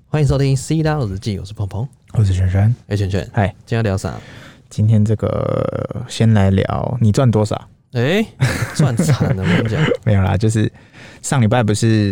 欢迎收听《C 大日记》，我是鹏鹏， 我是璇璇。 璇璇， 嗨， 今天要聊啥？ 今天这个先来聊你赚多少？ 赚惨了，我跟你讲， 没有啦，就是上礼拜不是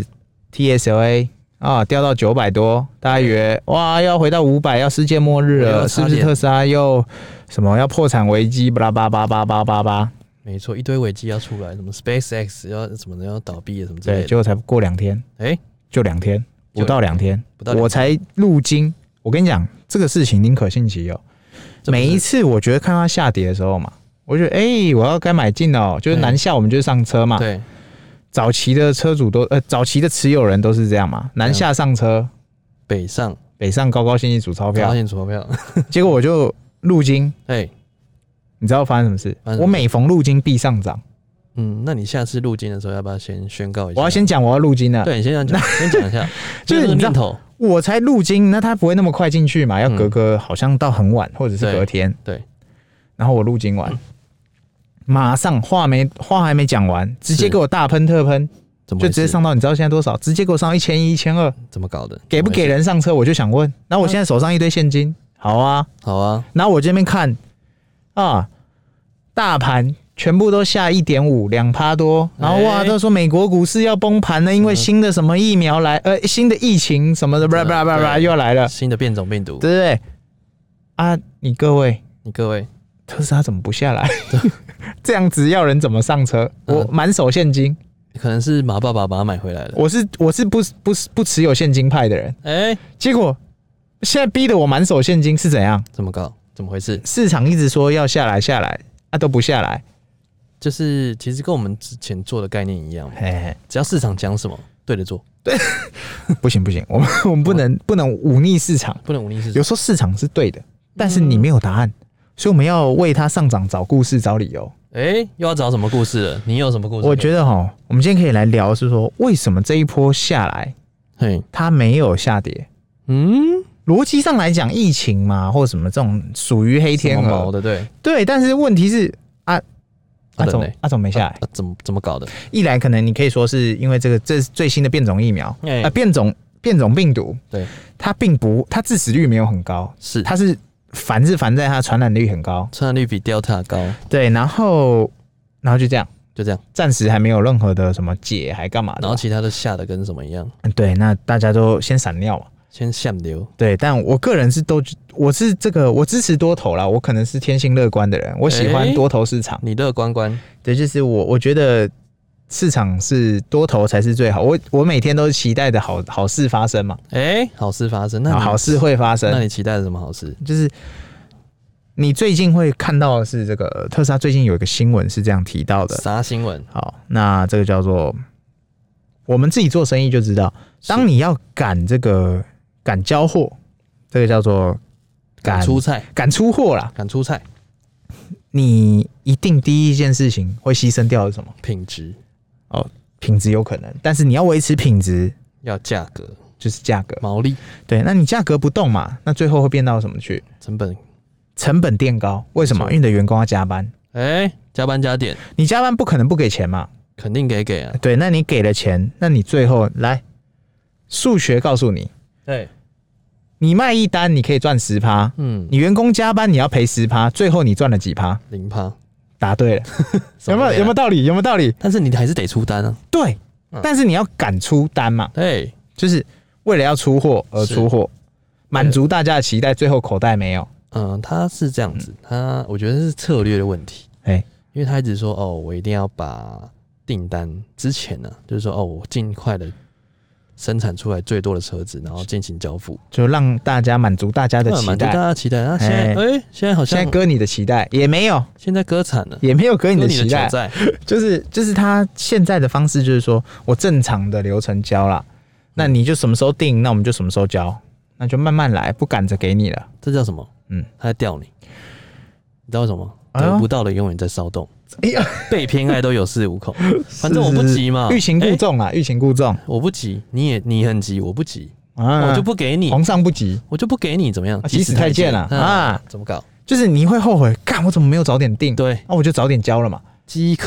TSLA 啊掉到900多，大家以为哇要回到500，要世界末日了，是不是特斯拉又什么要破产危机？巴拉巴拉巴拉巴拉巴拉。 没错，一堆危机要出来，什么 SpaceX 要什么要倒闭了什么之类的。 对，结果才过2天，就2天，不到2天，我才入金。我跟你讲，这个事情宁可信其有。每一次我觉得看到它下跌的时候嘛，我觉得我要该买进了，就是南下我们就上车嘛。 对， 早期的车主都早期的持有人都是这样嘛，南下上车，北上高高兴兴数钞票，结果我就入金，你知道发生什么事？我每逢入金必上涨。 那你下次入金的时候要不要先宣告一下？ 我要先讲我要入金了。 对，你先讲一下， 就是你知道我才入金，那他不会那么快进去嘛，要隔个好像到很晚或者是隔天。 对， 然后我入金完，马上话还没讲完，直接给我大喷特喷，就直接上到你知道现在多少？直接给我上到1100、1200， 怎么搞的？ 给不给人上车？我就想问。然后我现在手上一堆现金，好啊。然后我这边看啊，大盘全部都下1.5%、2%多，然后哇，都说美国股市要崩盘了，因为新的什么疫苗来，新的疫情什么的，又要来了， 新的变种病毒， 对不对？啊，你各位，特斯拉怎么不下来？这样子要人怎么上车？我满手现金， 可能是马爸爸把它买回来了。 我是不持有现金派的人，结果现在逼得我满手现金是怎样？ 怎么搞？怎么回事？ 市场一直说要下来，都不下来。 就是其实跟我们之前做的概念一样，只要市场讲什么，对着做。 对，不行，我们不能忤逆市场，有时候市场是对的，但是你没有答案，所以我们要为它上涨找故事、找理由。 又要找什么故事了？你有什么故事？ 我觉得我们今天可以来聊是说，为什么这一波下来，它没有下跌？逻辑上来讲，疫情嘛，或者什么这种属于黑天鹅的，对，但是问题是怎么没下来？ 怎么搞的？ 一来可能你可以说是因为这是最新的变种疫苗，变种病毒，对，它致死率没有很高，它是繁在它传染率很高， 传染率比 Delta 高， 对，然后就这样，暂时还没有任何的什么解还干嘛的， 然后其他的下的跟什么一样， 对，那大家都先闪尿嘛。 先下流， 对，但我个人我支持多头啦，我可能是天性乐观的人，我喜欢多头市场。 你乐观， 对，就是我觉得市场是多头才是最好。我每天都期待的好事发生嘛。 好事发生，那好事会发生。 那你期待的什么好事？ 就是你最近会看到的是这个特斯拉最近有一个新闻是这样提到的。 啥新闻？ 好，那这个叫做我们自己做生意就知道，当你要赶交货，这个叫做赶出货啦， 赶出菜。 你一定第一件事情会牺牲掉的是什么？ 品质。 品质有可能，但是你要维持品质， 要价格， 就是价格毛利。 对，那你价格不动嘛，那最后会变到什么去？成本垫高。为什么？因为你的员工要加班。 加班加点， 你加班不可能不给钱嘛？ 肯定给啊。 对，那你给了钱，那你最后来数学告诉你， 对。 你卖一单，你可以赚10%，你员工加班，你要赔10%，最后你赚了几%？0%。答对了，有没有道理？有没有道理？ 但是你还是得出单啊。对， 但是你要赶出单嘛。对，就是为了要出货而出货，满足大家的期待，最后口袋没有。 他是这样子，我觉得是策略的问题。因为他一直说我一定要把订单之前呢，就是说我尽快的生产出来最多的车子，然后进行交付， 就让大家满足大家的期待。 满足大家的期待。那现在好像现在割你的期待也没有， 现在割惨了， 也没有割你的期待。就是他现在的方式就是说我正常的流程交啦，那你就什么时候订，那我们就什么时候交，那就慢慢来，不赶着给你了。 这叫什么？他在吊你，你知道为什么？得不到的永远在骚动。被偏爱都有恃无恐，反正我不急嘛。 欲擒故纵啊，欲擒故纵。 我不急，你很急，我不急，我就不给你。 皇上不急， 我就不给你，怎么样？ 急死太监了啊！ 怎么搞？ 就是你会后悔，干我怎么没有早点定？ 对， 那我就早点交了嘛。 饥渴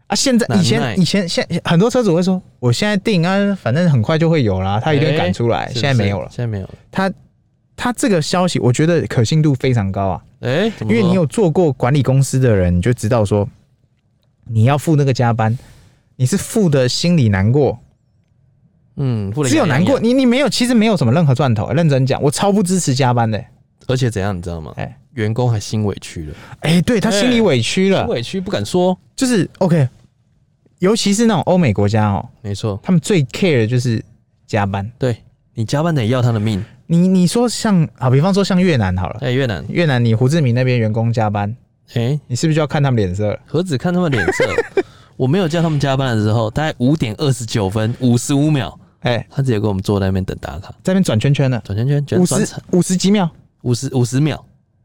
啊，现在以前很多车主会说，我现在订啊，反正很快就会有啦，他一定赶出来。现在没有了， 现在没有了。 他这个消息，我觉得可信度非常高啊。因为你有做过管理公司的人，你就知道说，你要付那个加班，你是付的心里难过。只有难过，你没有，其实没有什么任何赚头。认真讲，我超不支持加班的。 而且怎样，你知道吗？员工还心委屈了。 对他心里委屈了， 心委屈不敢说， 就是 OK。尤其是那种欧美国家没错， 他们最 care 的就是加班。 对，你加班得要他的命。 你说比方说像越南好了， 越南， 你胡志明那边员工加班，你是不是就要看他们脸色了？ 何止看他们脸色？我没有叫他们加班的时候，大概5点29分55秒，他直接给我们坐在那边等打卡， 在那边转圈圈呢， 转圈圈 ，50几秒 ，50秒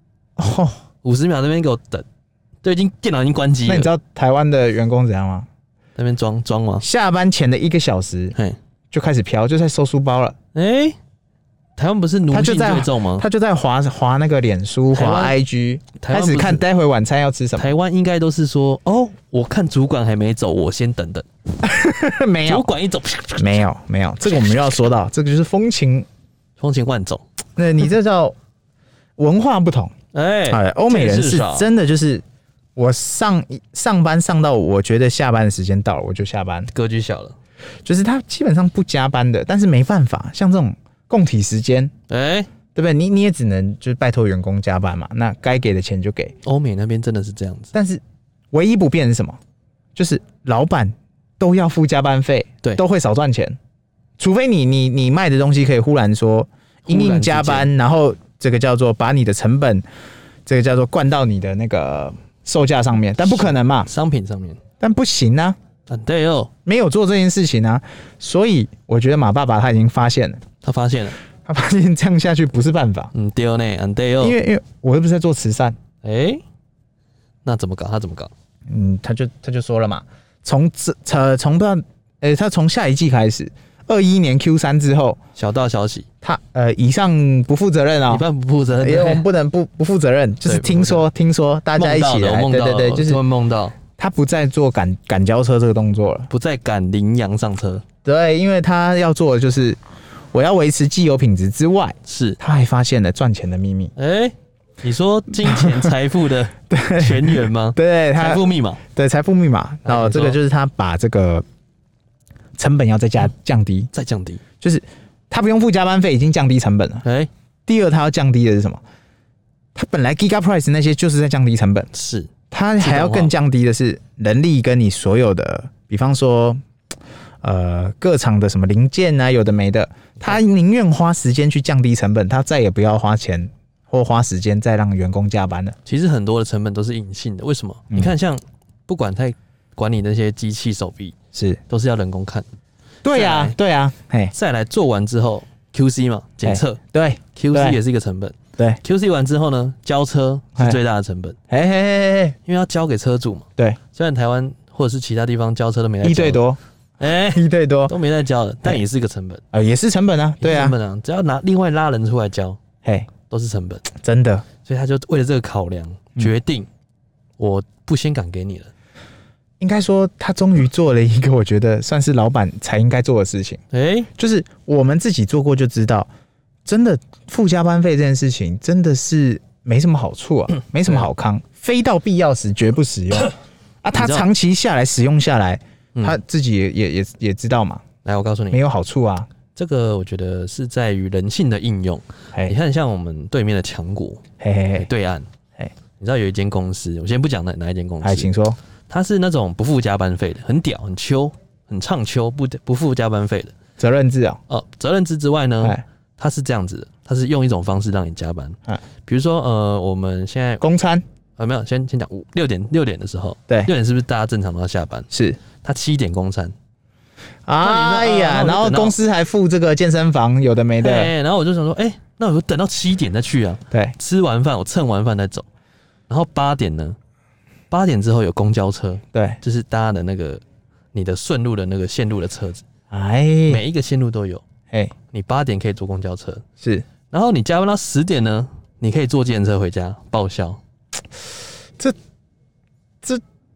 ，50秒那边给我等，电脑已经关机了。 那你知道台湾的员工怎样吗？ 那边装吗？ 下班前的1个小时，就开始飘，就在收书包了。 台湾不是奴性最重吗？ 他就在滑那个脸书，滑 IG， 开始看待会晚餐要吃什么。 台湾应该都是说，我看主管还没走，我先等等。 没有， 主管一走， 没有，这个我们又要说到，这个就是风情万种。 那你这叫文化不同。欧美人是真的就是我上班上到我觉得下班的时间到了，我就下班， 格局小了。 就是他基本上不加班的，但是没办法，像这种共体时间，对不对？你也只能就是拜托员工加班嘛，那该给的钱就给。 欧美那边真的是这样子， 但是唯一不变是什么？就是老板都要付加班费，对，都会少赚钱，除非你卖的东西可以忽然说因应加班，然后这个叫做把你的成本，这个叫做灌到你的那个售价上面，但不可能嘛， 商品上面， 但不行啊。 对哦， 没有做这件事情啊，所以我觉得马爸爸他已经发现了，他发现这样下去不是办法。 对呢，对哦， 因为我又不是在做慈善， 那怎么搞？他怎么搞？ 他就说了嘛，从他从下一季开始，21年 Q3 之后， 小道消息， 他以上不负责任啊， 以上不负责任， 因为我们不能不负责任，就是听说大家一起来，对，就是梦到。 他不再做赶交车这个动作了， 不再赶羚羊上车。 对，因为他要做的就是我要维持既有品质之外，他还发现了赚钱的秘密。 你说金钱财富的泉源吗？ 对， 财富密码。 对，财富密码。然后这个就是他把这个成本要再降低，就是他不用付加班费，已经降低成本了。第二，他要降低的是什么？他本来 Giga Price 那些就是在降低成本，他还要更降低的是人力跟你所有的，比方说各厂的什么零件啊，有的没的，他宁愿花时间去降低成本，他再也不要花钱或花时间再让员工加班了。 其实很多的成本都是隐性的，为什么？你看，像不管在管理那些机器手臂，都是要人工看。对呀，再来做完之后 QC 嘛，检测，对 QC 也是一个成本。对 ，QC 完之后呢，交车是最大的成本。因为要交给车主嘛。对，虽然台湾或者是其他地方交车都没在交，一对多都没在交的，但也是一个成本。也是成本啊，对啊，成本啊，只要另外拉人出来交，都是成本，真的。所以他就为了这个考量，决定我不先赶给你了。应该说，他终于做了一个我觉得算是老板才应该做的事情。就是我们自己做过就知道。真的付加班费这件事情真的是没什么好处啊，没什么好康，非到必要时绝不使用啊。他长期下来使用下来，他自己也知道嘛。来，我告诉你，没有好处啊。这个我觉得是在于人性的应用。你看，像我们对面的强国，对岸，你知道有一间公司，我先不讲哪一间公司，请说。它是那种不付加班费的，很屌，很秋，很唱秋，不付加班费的责任制啊。责任制之外呢？它是这样子的，它是用一种方式让你加班，比如说我们现在公餐没有，先讲6点的时候，对，6点是不是大家正常都要下班？是，他7点公餐，哎呀，然后公司还付这个健身房，有的没的，然后我就想说，那我就等到7点再去啊，对，吃完饭我蹭完饭再走，然后8点呢，8点之后有公交车，对，就是搭的那个你的顺路的那个线路的车子，每一个线路都有。你8点可以坐公交车，是，然后你加班到10点呢，你可以坐计程车回家报销。这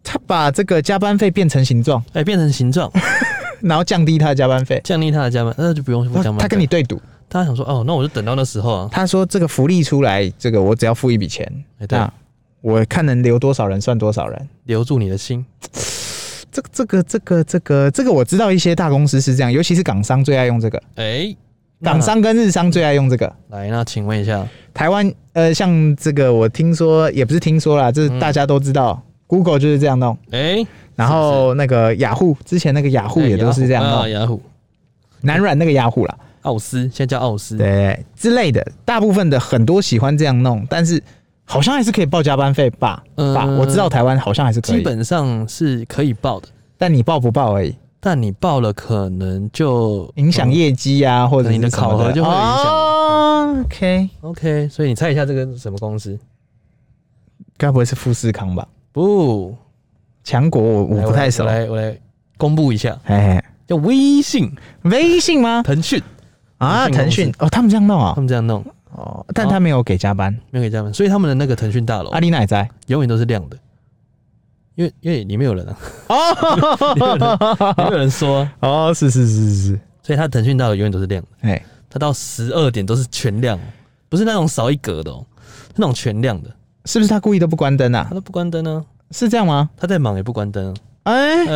他把这个加班费变成形状， 变成形状， 然后降低他的加班费， 那就不用付加班费。 他跟你对赌， 他想说哦，那我就等到那时候啊。 他说这个福利出来，这个我只要付一笔钱，对，我看能留多少人算多少人， 留住你的心。 这个我知道一些大公司是这样，尤其是港商最爱用这个。港商跟日商最爱用这个。 来，那请问一下， 台湾像这个我听说也不是听说啦，这是大家都知道、Google 就是这样弄。然后那个雅虎之前那个雅虎也都是这样弄。 雅虎南软那个雅虎啦， 奥斯现在叫奥斯， 对之类的，大部分的很多喜欢这样弄，但是好像还是可以报加班费吧？我知道台湾好像还是可以， 基本上是可以报的， 但你报不报而已。 但你报了可能就影响业绩啊，或者你的考核就会影响。 OK， 所以你猜一下这个是什么公司？ 该不会是富士康吧？ 不， 强国我不太熟。 我来公布一下，叫微信吗？腾讯啊，腾讯哦，他们这样弄啊， 哦， 但他没有给加班， 所以他们的那个腾讯大楼， 阿里奶在永远都是亮的。因为里面有人啊，里面有人说是， 所以他腾讯大楼永远都是亮的，他到12点都是全亮，不是那种少一格的是那种全亮的， 是不是他故意都不关灯啊？ 他都不关灯啊， 是这样吗？ 他在忙也不关灯怎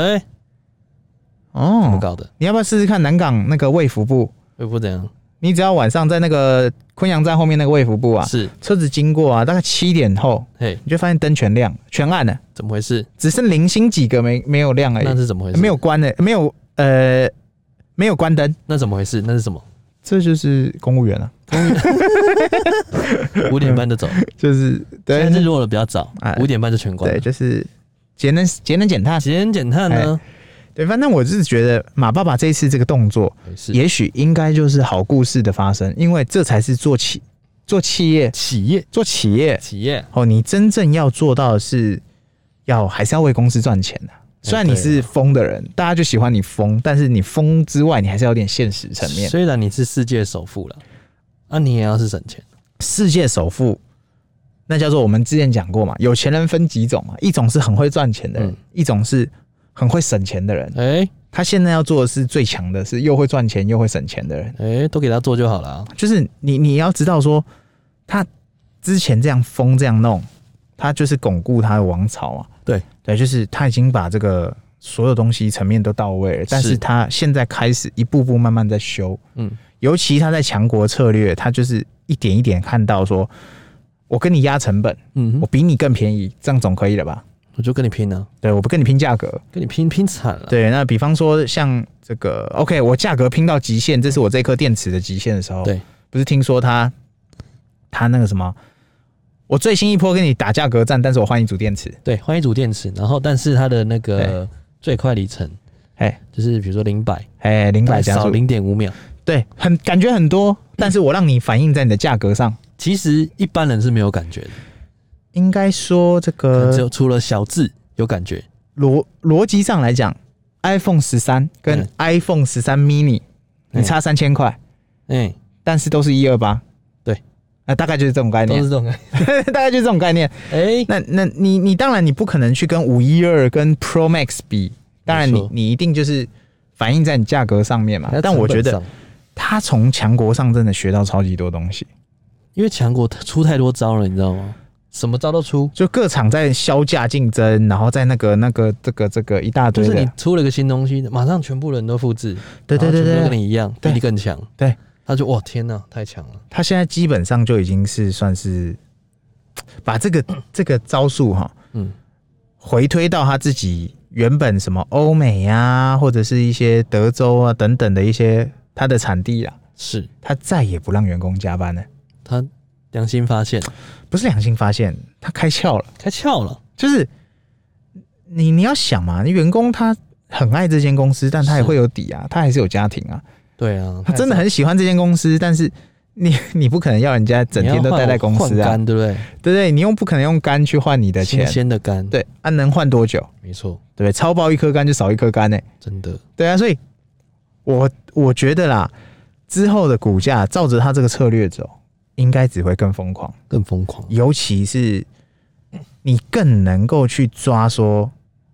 么搞的？ 你要不要试试看南港那个卫福部？ 卫福怎样？ 你只要晚上在那个昆阳站后面那个卫福部啊， 是车子经过啊，大概7点后，你就发现灯全亮全暗了， 怎么回事？ 只剩零星几个没有亮而已。 那是怎么回事？ 没有关的，没有关灯， 那怎么回事？那是什么？ 这就是公务员啊 ，5点半就走， 就是对， 现在是落的比较早，5点半就全关了， 对，就是节能减碳呢。 对，反正我是觉得马爸爸这一次这个动作，也许应该就是好故事的发生，因为这才是做企业哦，你真正要做到的是还是要为公司赚钱的。虽然你是疯的人，大家就喜欢你疯，但是你疯之外，你还是要有点现实层面。 虽然你是世界首富了，你也要是省钱。 世界首富，那叫做我们之前讲过嘛，有钱人分几种嘛，一种是很会赚钱的人，一种是很会省钱的人。他现在要做的是最强的，是又会赚钱又会省钱的人。 都给他做就好了。 就是你要知道说，他之前这样疯这样弄，他就是巩固他的王朝嘛。对，就是他已经把这个所有东西层面都到位了，但是他现在开始一步步慢慢在修。尤其他在强国策略，他就是一点一点看到说，我跟你压成本，我比你更便宜，这样总可以了吧？ 我就跟你拼啊！ 对，我不跟你拼价格， 跟你拼惨了。 对，那比方说像这个 ，OK， 我价格拼到极限，这是我这颗电池的极限的时候， 对， 不是听说他那个什么，我最新一波跟你打价格战，但是我换一组电池， 对，换一组电池，然后但是它的那个最快里程，就是比如说0-100， 加速少0.5秒， 对，感觉很多，但是我让你反映在你的价格上， 其实一般人是没有感觉的。 应该说这个只有除了小字有感觉， 逻辑上来讲 ，iPhone 13跟 iPhone 13 mini，你差3000块，但是都是128，对，大概就是这种概念，大概就是这种概念。那你当然你不可能去跟512跟 Pro Max 比，当然你一定就是反映在你价格上面嘛。但我觉得他从强国上真的学到超级多东西， 因为强国出太多招了，你知道吗？什么招都出， 就各厂在削价竞争，然后在那个这个一大堆的， 就是你出了个新东西，马上全部人都复制， 对， 全部跟你一样，比你更强， 对， 他就哇天哪，太强了！ 他现在基本上就已经是算是把这个招数回推到他自己原本什么欧美啊，或者是一些德州啊等等的一些他的产地啊， 是他再也不让员工加班了， 他良心发现。 不是良心发现，他开窍了，就是你要想嘛，员工他很爱这间公司，但他也会有底啊，他还是有家庭啊， 对啊， 他真的很喜欢这间公司，但是你不可能要人家整天都待在公司啊， 换肝对不对？ 对，你不可能用肝去换你的钱， 新鲜的肝， 对，能换多久？ 没错， 对，超爆一颗肝就少一颗肝真的， 对啊，所以我觉得啦，之后的股价照着他这个策略走。应该只会更疯狂， 更疯狂。 尤其是你更能够去抓说，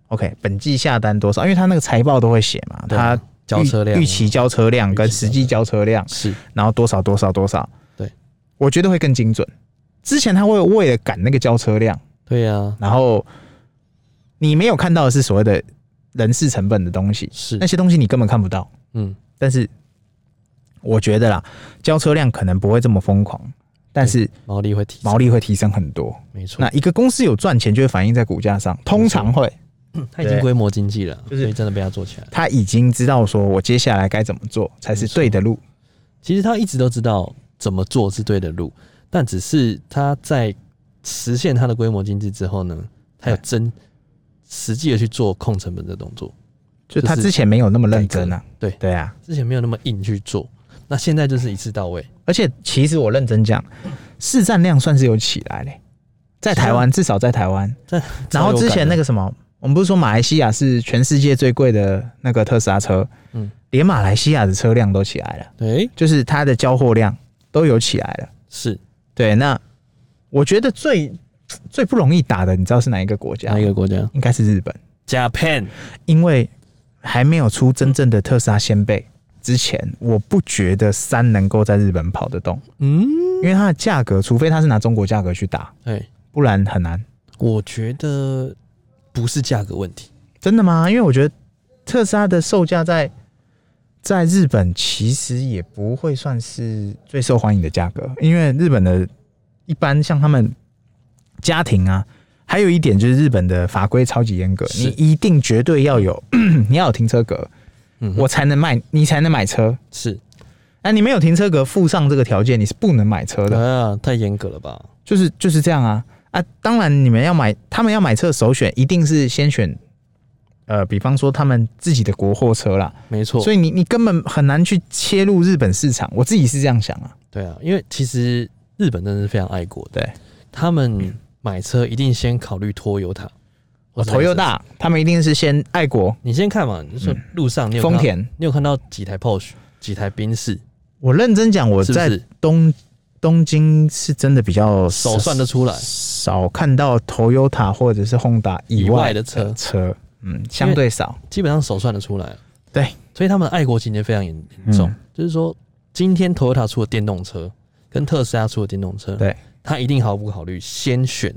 OK， 本季下单多少？因为他那个财报都会写嘛，他交车量、 预期交车量跟实际交车量是， 然后多少多少多少。 对， 我觉得会更精准。之前他会为了赶那个交车量， 对啊， 然后你没有看到的是所谓的人事成本的东西， 是那些东西你根本看不到。但是我觉得啦，交车量可能不会这么疯狂，但是毛利会提升很多。 没错， 那一个公司有赚钱就会反映在股价上，通常会。 他已经规模经济了，所以真的被他做起来。 他已经知道说我接下来该怎么做才是对的路。 其实他一直都知道怎么做是对的路，但只是他在实现他的规模经济之后呢，他有实际的去做控成本的动作。 就他之前没有那么认真啊。对啊， 之前没有那么硬去做，那现在就是一次到位。 而且其实我认真讲，市占量算是有起来嘞，在台湾，至少在台湾。然后之前那个什么。我们不是说马来西亚是全世界最贵的那个特斯拉车，连马来西亚的车辆都起来了，对，就是它的交货量都有起来了， 是对。那我觉得最不容易打的，你知道是哪一个国家？ 哪一个国家？ 应该是日本 ，Japan， 因为还没有出真正的特斯拉掀背之前，我不觉得3能够在日本跑得动，因为它的价格，除非它是拿中国价格去打，不然很难。 我觉得。不是价格问题， 真的吗？因为我觉得特斯拉的售价在日本其实也不会算是最受欢迎的价格，因为日本的一般像他们家庭啊，还有一点就是日本的法规超级严格，你一定绝对要有你要有停车格，我才能卖，你才能买车。是，那你没有停车格，附上这个条件，你是不能买车的。 啊，太严格了吧？ 就是这样啊。当然，他们要买车的首选一定是先选，比方说他们自己的国货车啦， 没错。 所以你根本很难去切入日本市场，我自己是这样想啊。 对啊，因为其实日本真的是非常爱国的，对，他们买车一定先考虑Toyota，他们一定是先爱国。你先看嘛，你说路上你有丰田，你有看到几台 Porsche， 几台宾士？我认真讲，我在东京是真的比较手算得出来，少看到 Toyota 或者是 Honda 以外的车，相对少，基本上手算得出来。对，所以他们的爱国情节非常严重。就是说，今天 Toyota 出的电动车跟特斯拉出的电动车，对，他一定毫不考虑先选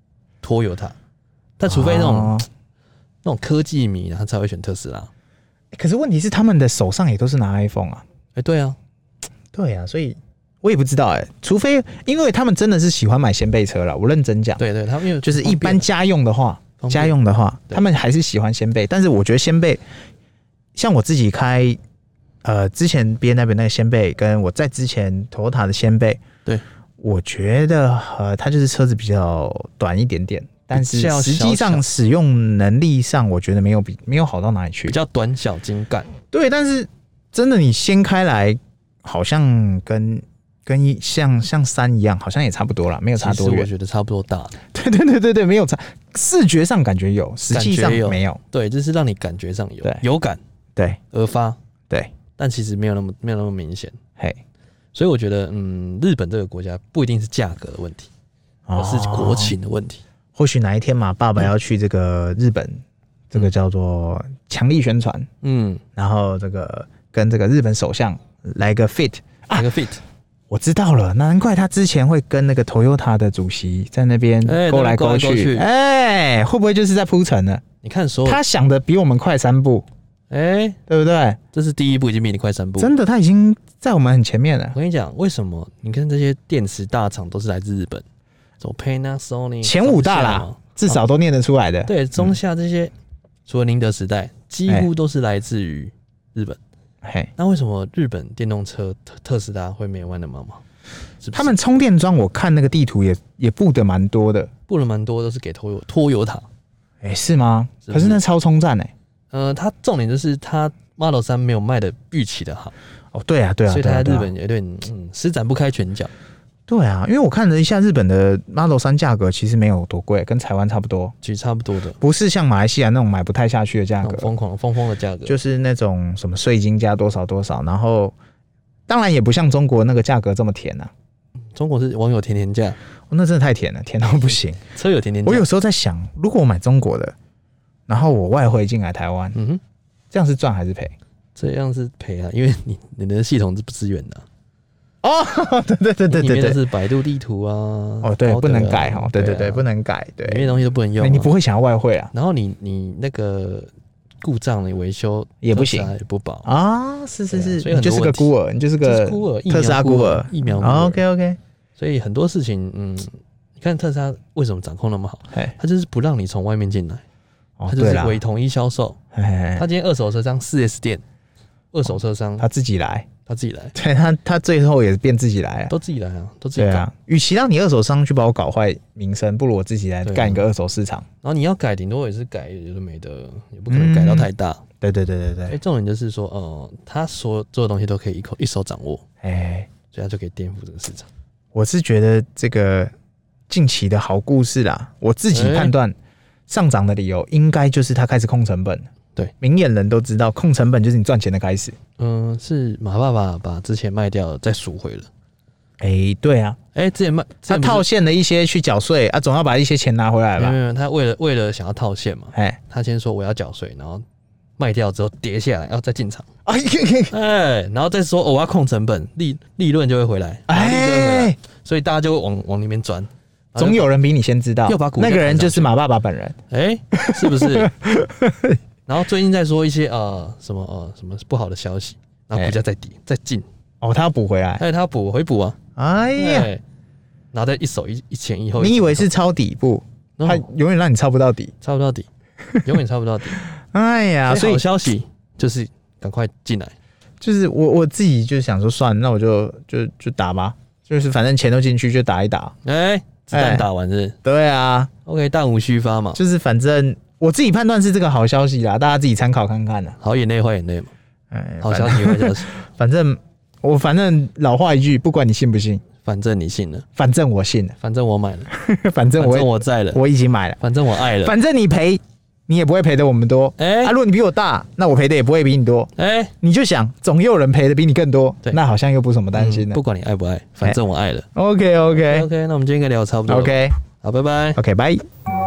Toyota， 但除非那种科技迷，他才会选特斯拉。可是问题是，他们的手上也都是拿 iPhone 啊。对啊，对啊，所以。我也不知道除非因为他们真的是喜欢买掀背车啦，我认真讲。对，他们就是一般家用的话，他们还是喜欢掀背。但是我觉得掀背，像我自己开，之前 B&W 那个掀背，跟我在之前 Toyota 的掀背，对，我觉得它就是车子比较短一点点，但是实际上使用能力上，我觉得没有好到哪里去，比较短小精干。对，但是真的你掀开来，好像跟像3一样，好像也差不多啦，没有差多远。其实我觉得差不多大的。对，没有差，视觉上感觉有，实际上没有。对，就是让你感觉上有感，对，而发，对，但其实没有那么明显。嘿，所以我觉得，日本这个国家不一定是价格的问题，而是国情的问题。或许哪一天嘛，爸爸要去这个日本，这个叫做强力宣传，然后这个跟这个日本首相来个 fit。我知道了，难怪他之前会跟那个 Toyota 的主席在那边勾来勾去，会不会就是在铺陈呢？你看，他想的比我们快3步，对不对？这是第一步，已经比你快3步，真的，他已经在我们很前面了。我跟你讲，为什么？你看这些电池大厂都是来自日本，走 Panasonic 前5大啦，至少都念得出来的。对，中下这些，除了宁德时代，几乎都是来自于日本。那为什么日本电动车特斯拉会没有万能妈妈？他们充电桩我看那个地图也布的蛮多的，布了蛮多都是给Toyota。是吗？可是那超充站它重点就是它 Model 3没有卖的预期的好。对啊，所以它在日本有点施展不开拳脚。对啊，因为我看了一下日本的 Model 3价格，其实没有多贵，跟台湾差不多，其实差不多的，不是像马来西亚那种买不太下去的价格，疯的价格，就是那种什么税金加多少多少，然后当然也不像中国那个价格这么甜啊。中国是网友甜价，那真的太甜了，甜到不行。车有甜价。我有时候在想，如果我买中国的， 然后我外汇进来台湾，这样是赚还是赔？ 这样是赔啊，因为你的系统是不支援的。 对， 里面都是百度地图啊。 对，不能改哈。对，不能改。对， 里面东西都不能用。 你不会想要外汇啊？ 然后你那个故障你维修也不行， 也不保啊。是， 所以你就是个孤儿，你就是个特斯拉孤儿， 疫苗孤儿。OK。 所以很多事情，你看特斯拉为什么掌控那么好？他就是不让你从外面进来，他就是唯统一销售。他今天二手车商 4S 店，二手车商他自己来。 对，他最后也变自己来， 都自己来啊，都自己搞。 与其让你二手商去把我搞坏名声，不如我自己来干一个二手市场。 然后你要改，顶多也是改，有的没的，也不可能改到太大。 对。 重点就是说，他所有东西都可以一手掌握，所以他就可以颠覆这个市场。 我是觉得这个近期的好故事啦，我自己判断上涨的理由应该就是他开始控成本。对，明眼人都知道，控成本就是你赚钱的开始。 是马爸爸把之前卖掉再赎回了。 对啊， 之前他套现了一些去缴税啊，总要把一些钱拿回来吧？ 没有，他为了想要套现嘛，他先说我要缴税，然后卖掉之后跌下来，要再进场，然后再说我要控成本，利润就会回来，所以大家就会往里面钻。 总有人比你先知道，那个人就是马爸爸本人， 是不是？然后最近在说一些什么不好的消息，然后股价再跌再进， 他要补回来， 他要回补啊，然后再一手一前一后， 你以为是抄底部，他永远让你抄不到底， 永远抄不到底。所以好消息就是赶快进来， 就是我自己就想说算了，那我就打吧，就是反正钱都进去就打一打， 子弹打完是？ 对啊 ，OK， 弹无虚发嘛， 就是反正我自己判断是这个好消息啦，大家自己参考看看啦。 好眼泪坏眼泪嘛，好消息坏消息。 反正老话一句，不管你信不信， 反正你信了， 反正我信了， 反正我买了， 反正我在了， 我已经买了， 反正我爱了， 反正你赔，你也不会赔得我们多。如果你比我大，那我赔的也不会比你多。你就想，总有人赔的比你更多，那好像又不什么担心的。 不管你爱不爱，反正我爱了。 OK， 那我们今天应该聊得差不多了。 OK， 好，拜拜。 OK， 拜。